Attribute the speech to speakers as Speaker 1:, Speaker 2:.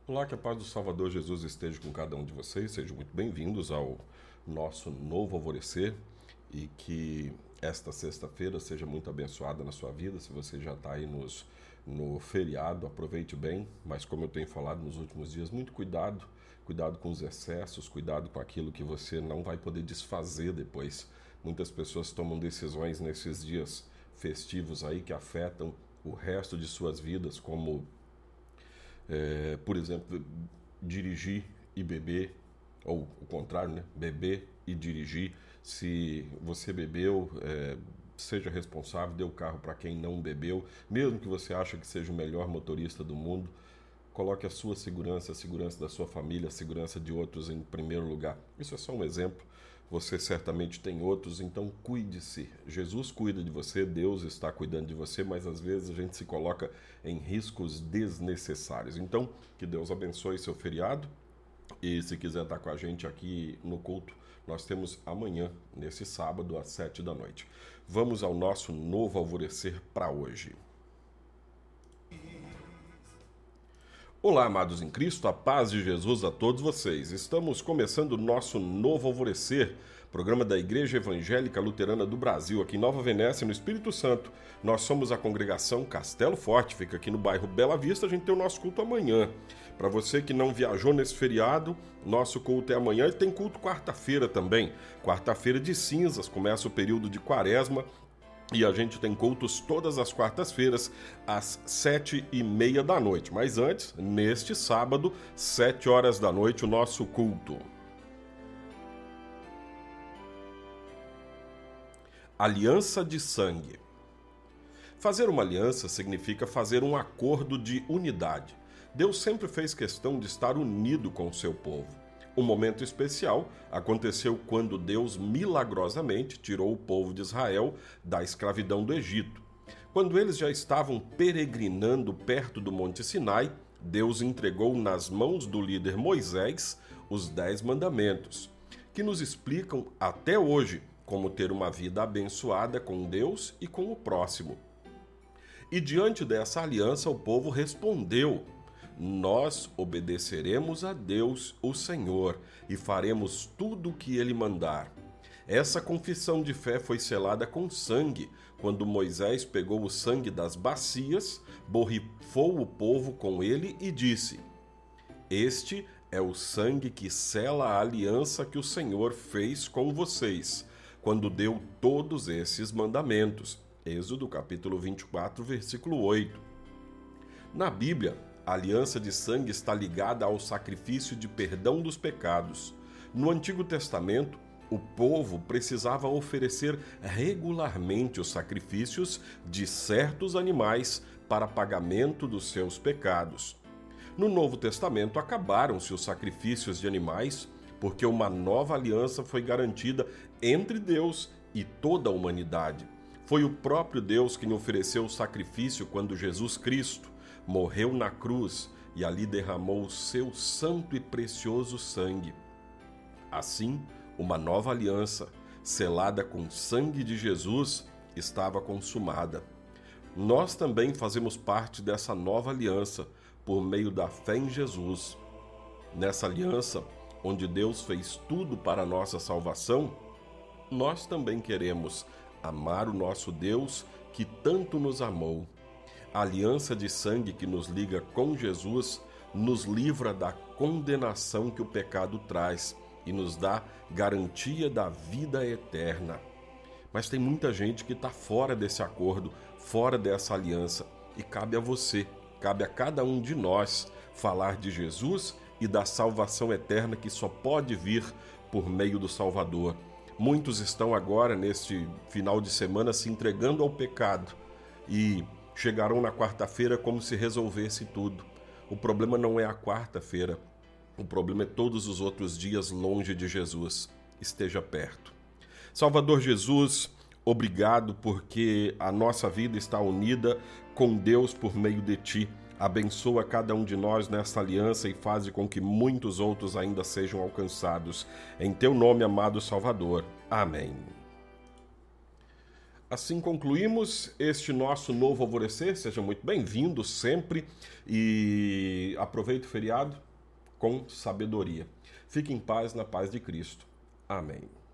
Speaker 1: Olá, que a paz do Salvador Jesus esteja com cada um de vocês. Sejam muito bem-vindos ao nosso novo alvorecer e que esta sexta-feira seja muito abençoada na sua vida. Se você já está aí no feriado, aproveite bem, mas como eu tenho falado nos últimos dias, muito cuidado, cuidado com os excessos, cuidado com aquilo que você não vai poder desfazer depois. Muitas pessoas tomam decisões nesses dias festivos aí que afetam o resto de suas vidas, como por exemplo, dirigir e beber, ou o contrário, né? Beber e dirigir. Se você bebeu, seja responsável, dê o carro para quem não bebeu, mesmo que você ache que seja o melhor motorista do mundo. Coloque a sua segurança, a segurança da sua família, a segurança de outros em primeiro lugar. Isso é só um exemplo. Você certamente tem outros, então cuide-se. Jesus cuida de você, Deus está cuidando de você, mas às vezes a gente se coloca em riscos desnecessários. Então, que Deus abençoe seu feriado. E se quiser estar com a gente aqui no culto, nós temos amanhã, nesse sábado, às 7 da noite. Vamos ao nosso novo alvorecer para hoje. Olá, amados em Cristo, a paz de Jesus a todos vocês. Estamos começando o nosso novo alvorecer, programa da Igreja Evangélica Luterana do Brasil, aqui em Nova Venécia, no Espírito Santo. Nós somos a congregação Castelo Forte, fica aqui no bairro Bela Vista. A gente tem o nosso culto amanhã. Para você que não viajou nesse feriado, nosso culto é amanhã e tem culto quarta-feira também. Quarta-feira de cinzas, começa o período de quaresma. E a gente tem cultos todas as quartas-feiras, às 7h30 da noite. Mas antes, neste sábado, 7 horas da noite, o nosso culto. Aliança de sangue. Fazer uma aliança significa fazer um acordo de unidade. Deus sempre fez questão de estar unido com o seu povo. Um momento especial aconteceu quando Deus milagrosamente tirou o povo de Israel da escravidão do Egito. Quando eles já estavam peregrinando perto do Monte Sinai, Deus entregou nas mãos do líder Moisés os 10 mandamentos, que nos explicam até hoje como ter uma vida abençoada com Deus e com o próximo. E diante dessa aliança, o povo respondeu: nós obedeceremos a Deus, o Senhor, e faremos tudo o que Ele mandar. Essa confissão de fé foi selada com sangue, quando Moisés pegou o sangue das bacias, borrifou o povo com ele e disse: este é o sangue que sela a aliança que o Senhor fez com vocês, quando deu todos esses mandamentos. Êxodo capítulo 24, versículo 8. Na Bíblia, a aliança de sangue está ligada ao sacrifício de perdão dos pecados. No Antigo Testamento, o povo precisava oferecer regularmente os sacrifícios de certos animais para pagamento dos seus pecados. No Novo Testamento, acabaram-se os sacrifícios de animais, porque uma nova aliança foi garantida entre Deus e toda a humanidade. Foi o próprio Deus quem ofereceu o sacrifício quando Jesus Cristo morreu na cruz e ali derramou o seu santo e precioso sangue. Assim, uma nova aliança, selada com sangue de Jesus, estava consumada. Nós também fazemos parte dessa nova aliança por meio da fé em Jesus. Nessa aliança, onde Deus fez tudo para a nossa salvação, nós também queremos amar o nosso Deus que tanto nos amou. A aliança de sangue que nos liga com Jesus nos livra da condenação que o pecado traz e nos dá garantia da vida eterna. Mas tem muita gente que está fora desse acordo, fora dessa aliança, e cabe a você, cabe a cada um de nós falar de Jesus e da salvação eterna que só pode vir por meio do Salvador. Muitos estão agora, neste final de semana, se entregando ao pecado e chegarão na quarta-feira como se resolvesse tudo. O problema não é a quarta-feira, o problema é todos os outros dias longe de Jesus. Esteja perto. Salvador Jesus, obrigado porque a nossa vida está unida com Deus por meio de Ti. Abençoa cada um de nós nesta aliança e faze com que muitos outros ainda sejam alcançados. Em Teu nome, amado Salvador. Amém. Assim concluímos este nosso novo alvorecer. Seja muito bem-vindo sempre e aproveite o feriado com sabedoria. Fique em paz, na paz de Cristo. Amém.